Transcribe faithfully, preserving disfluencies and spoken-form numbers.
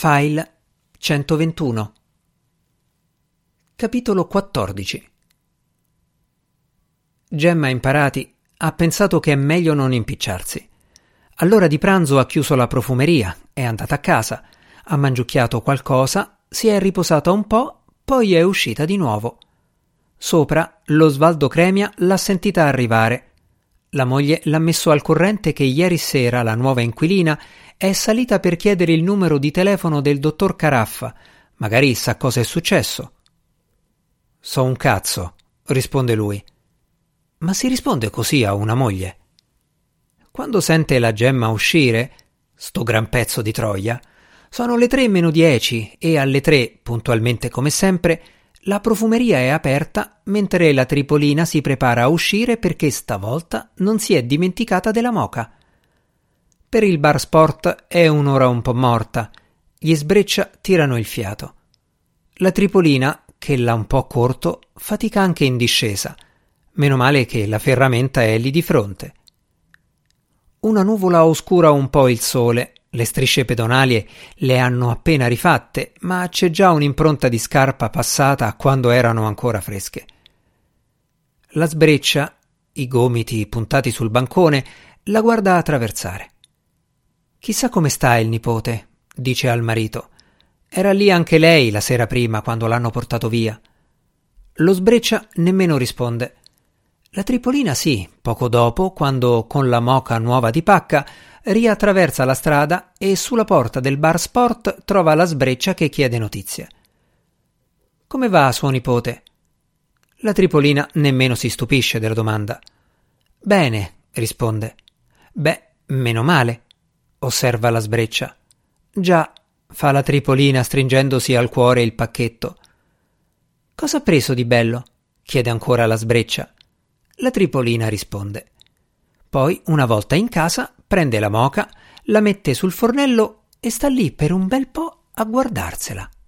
File centoventuno. Capitolo quattordici. Gemma Imparati ha pensato che è meglio non impicciarsi. All'ora di pranzo ha chiuso la profumeria, è andata a casa, ha mangiucchiato qualcosa, si è riposata un po', poi è uscita di nuovo. Sopra, l'Osvaldo Cremia l'ha sentita arrivare. La moglie l'ha messo al corrente che ieri sera la nuova inquilina è salita per chiedere il numero di telefono del dottor Caraffa. Magari sa cosa è successo. So un cazzo, risponde lui. Ma si risponde così a una moglie? Quando sente la Gemma uscire, sto gran pezzo di troia, sono le tre meno dieci e alle tre, puntualmente come sempre, la profumeria è aperta mentre la Tripolina si prepara a uscire perché stavolta non si è dimenticata della moka. Per il bar sport è un'ora un po' morta. Gli sbreccia tirano il fiato. La Tripolina, che l'ha un po' corto, fatica anche in discesa. Meno male che la ferramenta è lì di fronte. Una nuvola oscura un po' il sole. Le strisce pedonali le hanno appena rifatte, ma c'è già un'impronta di scarpa passata quando erano ancora fresche. La sbreccia, i gomiti puntati sul bancone, la guarda attraversare. Chissà come sta il nipote, dice al marito. Era lì anche lei la sera prima quando l'hanno portato via. Lo sbreccia nemmeno risponde. La Tripolina sì, poco dopo, quando con la moka nuova di pacca riattraversa la strada e sulla porta del bar sport trova la sbreccia che chiede notizie. Come va suo nipote? La Tripolina nemmeno si stupisce della domanda. Bene, risponde. Beh, meno male, osserva la sbreccia. Già, fa la Tripolina stringendosi al cuore il pacchetto. Cosa ha preso di bello? Chiede ancora la sbreccia. La Tripolina risponde. Poi, una volta in casa, prende la moka, la mette sul fornello e sta lì per un bel po' a guardarsela.